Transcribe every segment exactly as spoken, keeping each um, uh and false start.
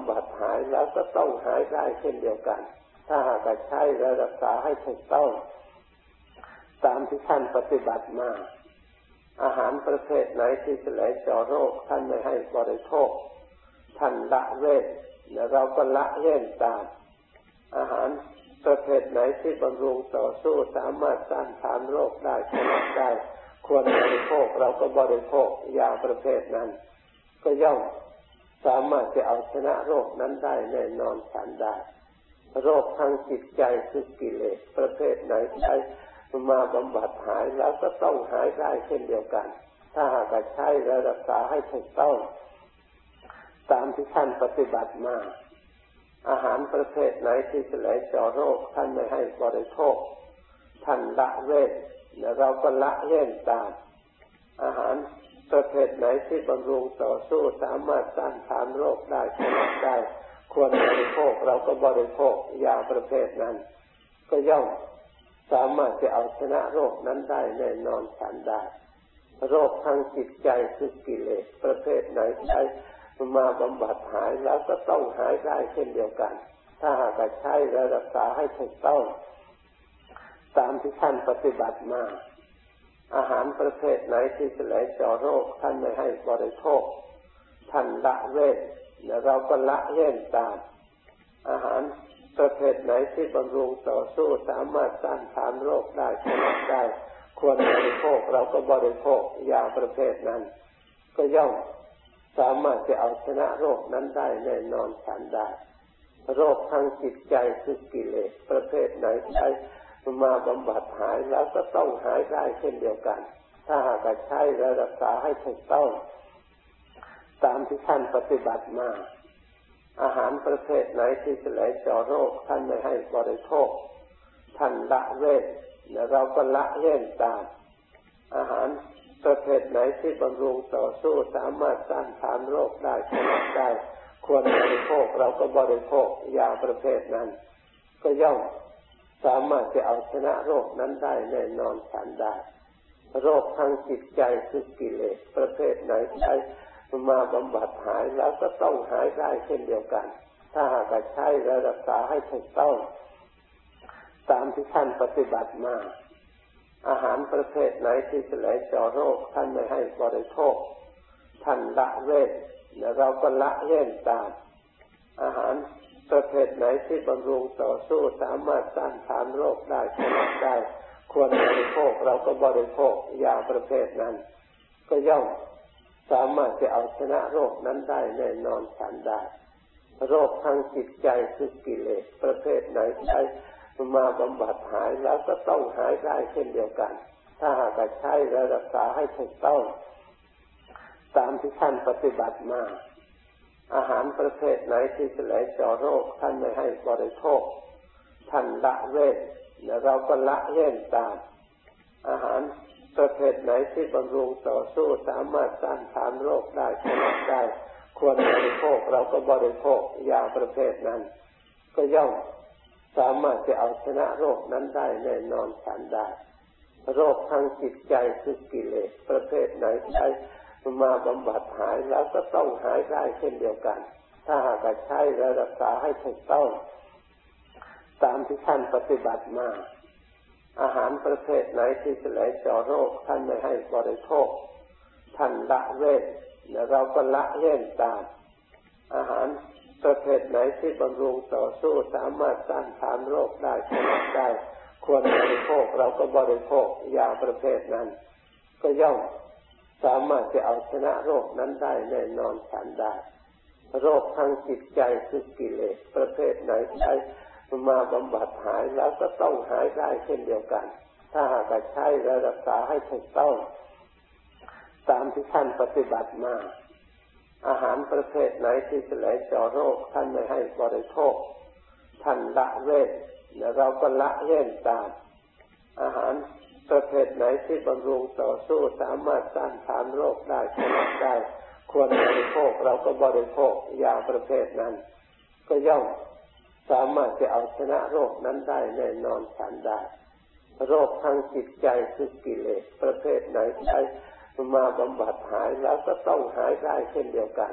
ำบัดหายแล้วก็ต้องหายได้เช่นเดียวกันถ้าหากใช้และรักษาให้ถูกต้องตามที่ท่านปฏิบัติมาอาหารประเภทไหนที่จะไหลเจาะโรคท่านไม่ให้บริโภคท่านละเว้นและเราก็ละเว้นตามอาหารประเภทไหนที่บำรุงต่อสู้สามารถต้านทานโรคได้ชนะได้ควรบริโภคเราก็บริโภคยาประเภทนั้นก็ย่อมสามารถจะเอาชนะโรคนั้นได้แน่นอนทันได้โรคทางจิตใจคือกิเลสประเภทไหนใช้มาบำบัดหายแล้วก็ต้องหายได้เช่นเดียวกันถ้าหากใช้และรักษาให้ถูกต้องตามที่ท่านปฏิบัติมาอาหารประเภทไหนที่จะไหลเจาะโรคท่านไม่ให้บริโภคท่านละเว้นและเราก็ละเว้นตามอาหารประเภทไหนที่บำรุงต่อสู้สามารถต้านทานโรคได้ชนะได้ควรบริโภคเราก็บริโภคยาประเภทนั้นก็ย่อมสามารถจะเอาชนะโรคนั้นได้แน่นอนทันได้โรคทางจิตใจคือกิเลสประเภทไหนใช้มาบำบัดหายแล้วก็ต้องหายได้เช่นเดียวกันถ้าหากใช้และรักษาให้ถูกต้องตามที่ท่านปฏิบัติมาอาหารประเภทไหนที่จะไหลเจาะโรคท่านไม่ให้บริโภคท่านละเว้นและเราก็ละเว้นตามอาหารประเภทไหนที่บำรุงต่อสู้สามารถต้านทานโรคได้ชนะได้ควรบริโภคเราก็บริโภคยาประเภทนั้นก็ย่อมสามารถจะเอาชนะโรคนั้นได้แน่นอนทันได้โรคทางจิตใจคือกิเลสประเภทไหนใช้มาบำบัดหายแล้วก็ต้องหายได้เช่นเดียวกันถ้าหากใช้และรักษาให้ถูกต้องตามที่ท่านปฏิบัติมาอาหารประเภทไหนที่จะไหลเจาะโรคท่านไม่ให้บริโภคท่านละเว้นและเราก็ละเว้นตามอาหารประเภทไหนที่บำรุงต่อสู้สามารถต้านทานโรคได้ชนะได้ควรบริโภคเราก็บริโภคยาประเภทนั้นก็ย่อมสามารถจะเอาชนะโรคนั้นได้แน่นอนทันได้โรคทางจิตใจคือกิเลสประเภทไหนใช้มาบำบัดหายแล้วก็ต้องหายได้เช่นเดียวกันถ้าหากใช้และรักษาให้ถูกต้องตามที่ท่านปฏิบัติมาอาหารประเภทไหนที่จะไหลเจาะโรคท่านไม่ให้บริโภคท่านละเว้นและเราก็ละเว้นตามอาหารประเภทไหนที่บำรุงต่อสู้สามารถต้านทานโรคได้ชนะได้ควรบริโภคเราก็บริโภคยาประเภทนั้นก็ย่อมสามารถจะเอาชนะโรคนั้นได้แน่นอนทันได้โรคทางจิตใจคือกิเลสประเภทไหนใช้มาบำบัดหายแล้วก็ต้องหายได้เช่นเดียวกันถ้าหากใช้และรักษาให้ถูกต้องตามที่ท่านปฏิบัติมาอาหารประเภทไหนที่จะไหลเจาะโรคท่านไม่ให้บริโภคท่านละเว้นและเราก็ละเว้นตามอาหารประเภทไหนที่บำรุงต่อสู้สามารถต้านทานโรคได้ชนะได้ควรบริโภคเราก็บริโภคยาประเภทนั้นก็ย่อมสามารถจะเอาชนะโรคนั้นได้แน่นอนทันได้โรคทางจิตใจคือกิเลสประเภทไหนใช้มาบำบัดหายแล้วก็ต้องหายได้เช่นเดียวกันถ้าหากใช้และรักษาให้ถูกต้องตามที่ท่านปฏิบัติมาอาหารประเภทไหนที่จะไหลเจาะโรคท่านไม่ให้บริโภคท่านละเว้นและเราก็ละเว้นตามอาหารประเภทไหนที่บำรุงต่อสู้สามารถต้านทานโรคได้ชนะได้ควรบริโภคเราก็บริโภคยาประเภทนั้นก็ย่อมสามารถจะเอาชนะโรคนั้นได้แน่นอนทันได้โรคทางจิตใจคือกิเลสประเภทไหนใช้มาบำบัดหายแล้วก็ต้องหายได้เช่นเดียวกันถ้าหากใช้และรักษาให้ถูกต้องตามที่ท่านปฏิบัติมาอาหารประเภทไหนที่จะไหลเจาะโรคท่านไม่ให้บริโภคท่านละเว้นและเราก็ละเว้นตามอาหารประเภทไหนที่บำรุงต่อสู้สามารถต้านทานโรคได้ชนะได้ควรบริโภคเราก็บริโภคยาประเภทนั้นก็ย่อมสามารถจะเอาชนะโรคนั้นได้แน่นอนทันได้โรคทางจิตใจคือกิเลสประเภทไหนใช้มาบำบัดหายแล้วก็ต้องหายได้เช่นเดียวกัน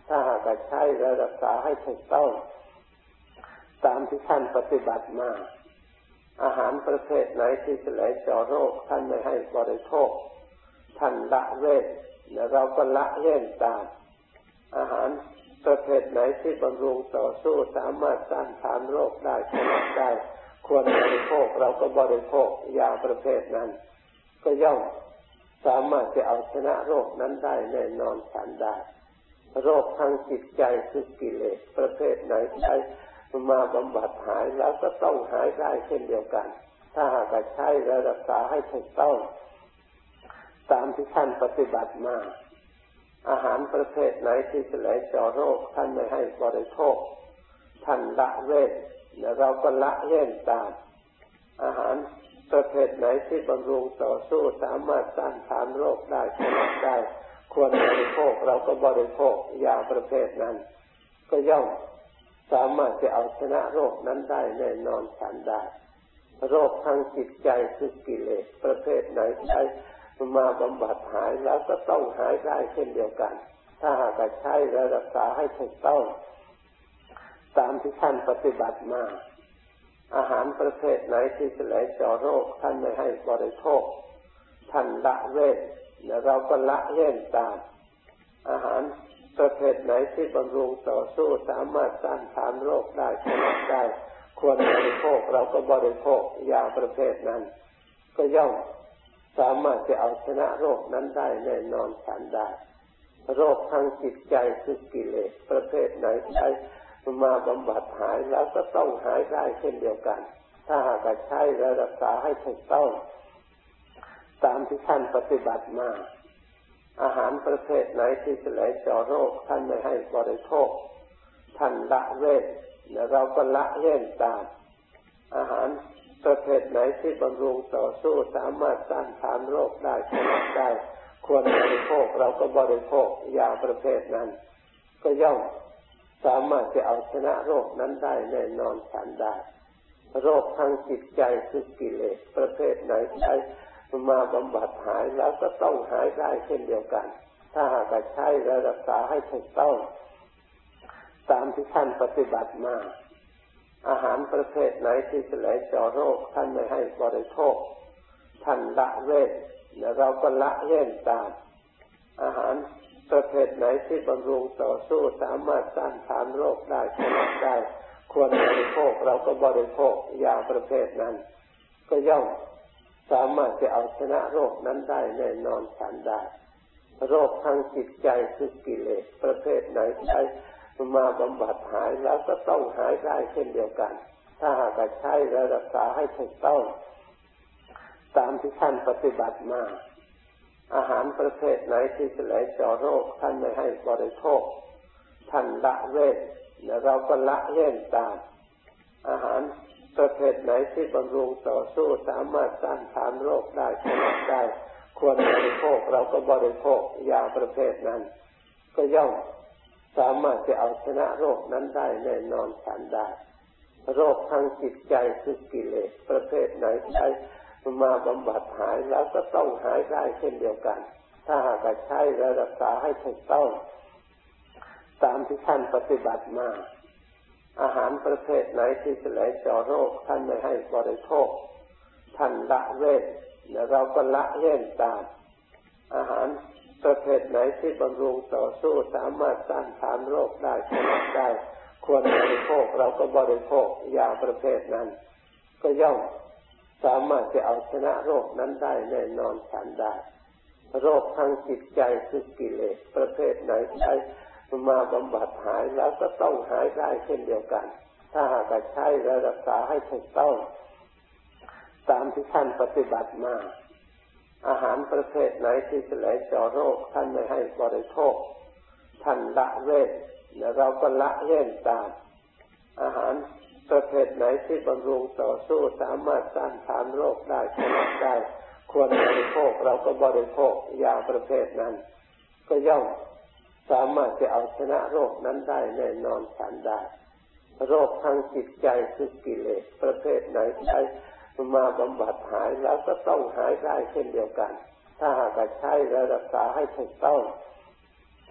ถ้าหากใช้และรักษาให้ถูกต้องตามที่ท่านปฏิบัติมาอาหารประเภทไหนที่จะไหลเจาะโรคท่านไม่ให้บริโภคท่านละเว้นและเราก็ละเว้นตามอาหารประเภทไหนที่บำรุงต่อสู้สามารถต้านทานโรคได้ชนะได้ควรบริโภคเราก็บริโภคยาประเภทนั้นก็ย่อมสามารถจะเอาชนะโรคนั้นได้แน่นอนฉันได้โรคทางจิตใจคือกิเลสประเภทไหนใช้มาบำบัดหายแล้วก็ต้องหายได้เช่นเดียวกันถ้าหากใช้และรักษาให้ถูกต้องตามที่ท่านปฏิบัติมาอาหารประเภทไหนที่จะไหลเจาะโรคท่านไม่ให้บริโภคท่านละเว้นและเราก็ละเว้นตามอาหารประเภทไหนที่บำรุงต่อสู้สามารถต้านทานโรคได้ชนะได้ควรบริโภคเราก็บริโภคยาประเภทนั้นก็ย่อมสามารถจะเอาชนะโรคนั้นได้แน่นอนฉันได้โรคทางจิตใจคือกิเลสประเภทไหนใช้มาบำบัดหายแล้วก็ต้องหายได้เช่นเดียวกันถ้าหากใช้และรักษาให้ถูกต้องตามที่ท่านปฏิบัติมาอาหารประเภทไหนที่จะไหลเจาะโรคท่านไม่ให้บริโภคท่านละเว้นและเราก็ละเว้นตามอาหารประเภทไหนที่บำรุงต่อสู้สามารถต้านทานโรคได้ชนะได้ควรบริโภคเราก็บริโภคยาประเภทนั้นก็ย่อมสามารถจะเอาชนะโรคนั้นได้แน่นอนฉันได้โรคทางจิตใจคือกิเลสประเภทไหนใช้มาบำบัดหายแล้วก็ต้องหายได้เช่นเดียวกันถ้าหากใช้และรักษาให้ถูกต้องตามที่ท่านปฏิบัติมาอาหารประเภทไหนที่จะไหลเจาะโรคท่านไม่ให้บริโภคท่านละเว้นและเราก็ละเว้นตามอาหารประเภทไหนที่บำรุงต่อสู้สามารถต้านทานโรคได้ชนะได้ควรบริโภคเราก็บริโภคยาประเภทนั้นก็ย่อมสามารถจะเอาชนะโรคนั้นได้แน่นอนฉันได้โรคทางจิตใจคือกิเลสประเภทไหนใช้มาบำบัดหายแล้วก็ต้องหายได้เช่นเดียวกันถ้าหากใช้และรักษาให้ถูกต้องตามที่ท่านปฏิบัติมาอาหารประเภทไหนที่จะไหลเจาะโรคท่านไม่ให้บริโภคท่านละเว้นและเราก็ละเว้นตามอาหารประเภทไหนที่บำรุงต่อสู้สามารถต้านทานโรคได้ชนะได้ควรบริโภคเราก็บริโภคยาประเภทนั้นก็ย่อมสามารถจะเอาชนะโรคนั้นได้แน่นอนฉันได้โรคทางจิตใจคือกิเลสประเภทไหนใช้มาบำบัดหายแล้วก็ต้องหายได้เช่นเดียวกันถ้าหากใช้และรักษาให้ถูกต้องตามที่ท่านปฏิบัติมาอาหารประเภทไหนที่จะไหลเจาะโรคท่านไม่ให้บริโภคท่านละเว้นและเราก็ละเว้นตามอาหารประเภทไหนที่บำรุงต่อสู้สามารถต้านทานโรคได้ชนะได้ควรบริโภคเราก็บริโภคยาประเภทนั้นก็ย่อมสามารถจะเอาชนะโรคนั้นได้แน่นอนฉันได้โรคทางจิตใจคือกิเลสประเภทไหนใช้มาบำบัดหายแล้วก็ต้องหายได้เช่นเดียวกันถ้าหากใช้และรักษาให้ถูกต้องตามที่ท่านปฏิบัติมาอาหารประเภทไหนที่จะไหลเจาะโรคท่านไม่ให้บริโภคท่านละเว้นและเราก็ละเว้นตามอาหารประเภทไหนที่บำรุงต่อสู้สามารถต้านทานโรคได้ชนะได้ควรบริโภคเราก็บริโภคยาประเภทนั้นก็ย่อมสามารถจะเอาชนะโรคนั้นได้แน่นอนฉันได้โรคทางจิตใจคือกิเลสประเภทไหนใช้มาบำบัดหายแล้วก็ต้องหายได้เช่นเดียวกันถ้าหากใช้และรักษาให้ถูกต้องตามที่ท่านปฏิบัติมาอาหารประเภทไหนที่จะไหลเจาะโรคท่านไม่ให้บริโภคท่านละเว้นและเราก็ละเว้นตามอาหารประเภทไหนที่บำรุงต่อสู้สามารถต้านทานโรคได้ชนะได้ควรบริโภคเราก็บริโภคยาประเภทนั้นก็ย่อมสามารถจะเอาชนะโรคนั้นได้แน่นอนฉันได้โรคทางจิตใจคือกิเลสประเภทไหนใช้มาบำบัดหายแล้วก็ต้องหายได้เช่นเดียวกันถ้าหากใช้และรักษาให้ถูกต้อง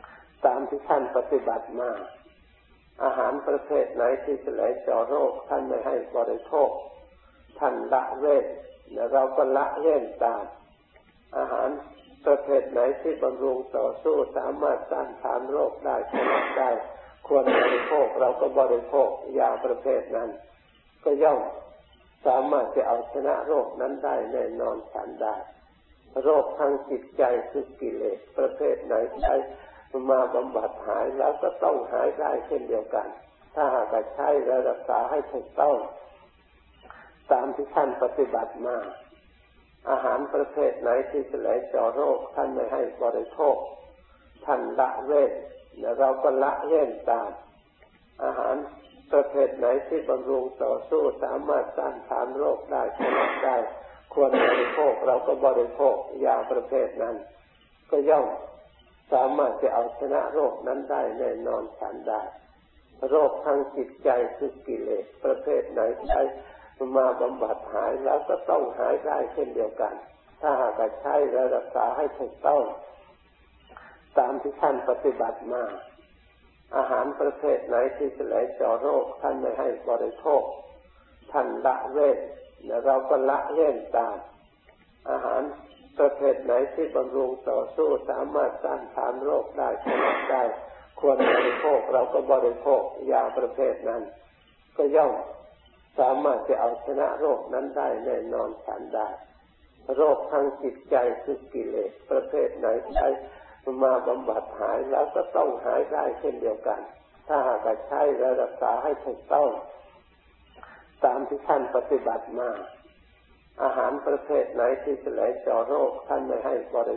ตามที่ท่านปฏิบัติมาอาหารประเภทไหนที่จะไหลเจาะโรคท่านไม่ให้บริโภคท่านละเว้นและเราก็ละเว้นตามอาหารประเภทไหนที่บำรุงต่อสู้สามารถต้านทานโรคได้ชนะได้ควรบริโภคเราก็บริโภคยาประเภทนั้นก็ย่อมสามารถจะเอาชนะโรคนั้นได้แน่นอนฉันได้โรคทางจิตใจคือกิเลสประเภทไหนใช้มาบำบัดหายแล้วก็ต้องหายได้เช่นเดียวกันถ้าหากใช้และรักษาให้ถูกต้องตามที่ท่านปฏิบัติมาอาหารประเภทไหนที่จะไหลเจาะโรคท่านไม่ให้บริโภคท่านละเว้นและเราก็ละเว้นตามอาหารประเภทไหนที่บำรุงต่อสู้สามารถต้านทานโรคได้ชนะได้ควรบริโภคเราก็บริโภคยาประเภทนั้นก็ย่อมสามารถจะเอาชนะโรคนั้นได้แน่นอนฉันได้โรคทางจิตใจคือกิเลสประเภทไหนใช้มาบำบัดหายแล้วก็ต้องหายได้เช่นเดียวกันถ้าหากใช้และรักษาให้ถูกต้องตามที่ท่านปฏิบัติมาอาหารประเภทไหนที่จะไหลเจาะโรคท่านไม่ให้บริโภคท่านละเว้นและเราก็ละเว้นตามอาหารประเภทไหนที่บำรุงต่อสู้สามารถต้านทานโรคได้ชนะได้ควรบริโภคเราก็บริโภคยาประเภทนั้นก็ย่อมสามารถจะเอาชนะโรคนั้นได้แน่นอนฉันได้โรคทางจิตใจคือกิเลสประเภทไหนใช้มาบำบัดหายแล้วก็ต้องหายได้เช่นเดียวกันถ้าหากใช้และรักษาให้ถูกต้องตามที่ท่านปฏิบัติมาอาหารประเภทไหนที่จะไหลเจาะโรคท่านไม่ให้บริ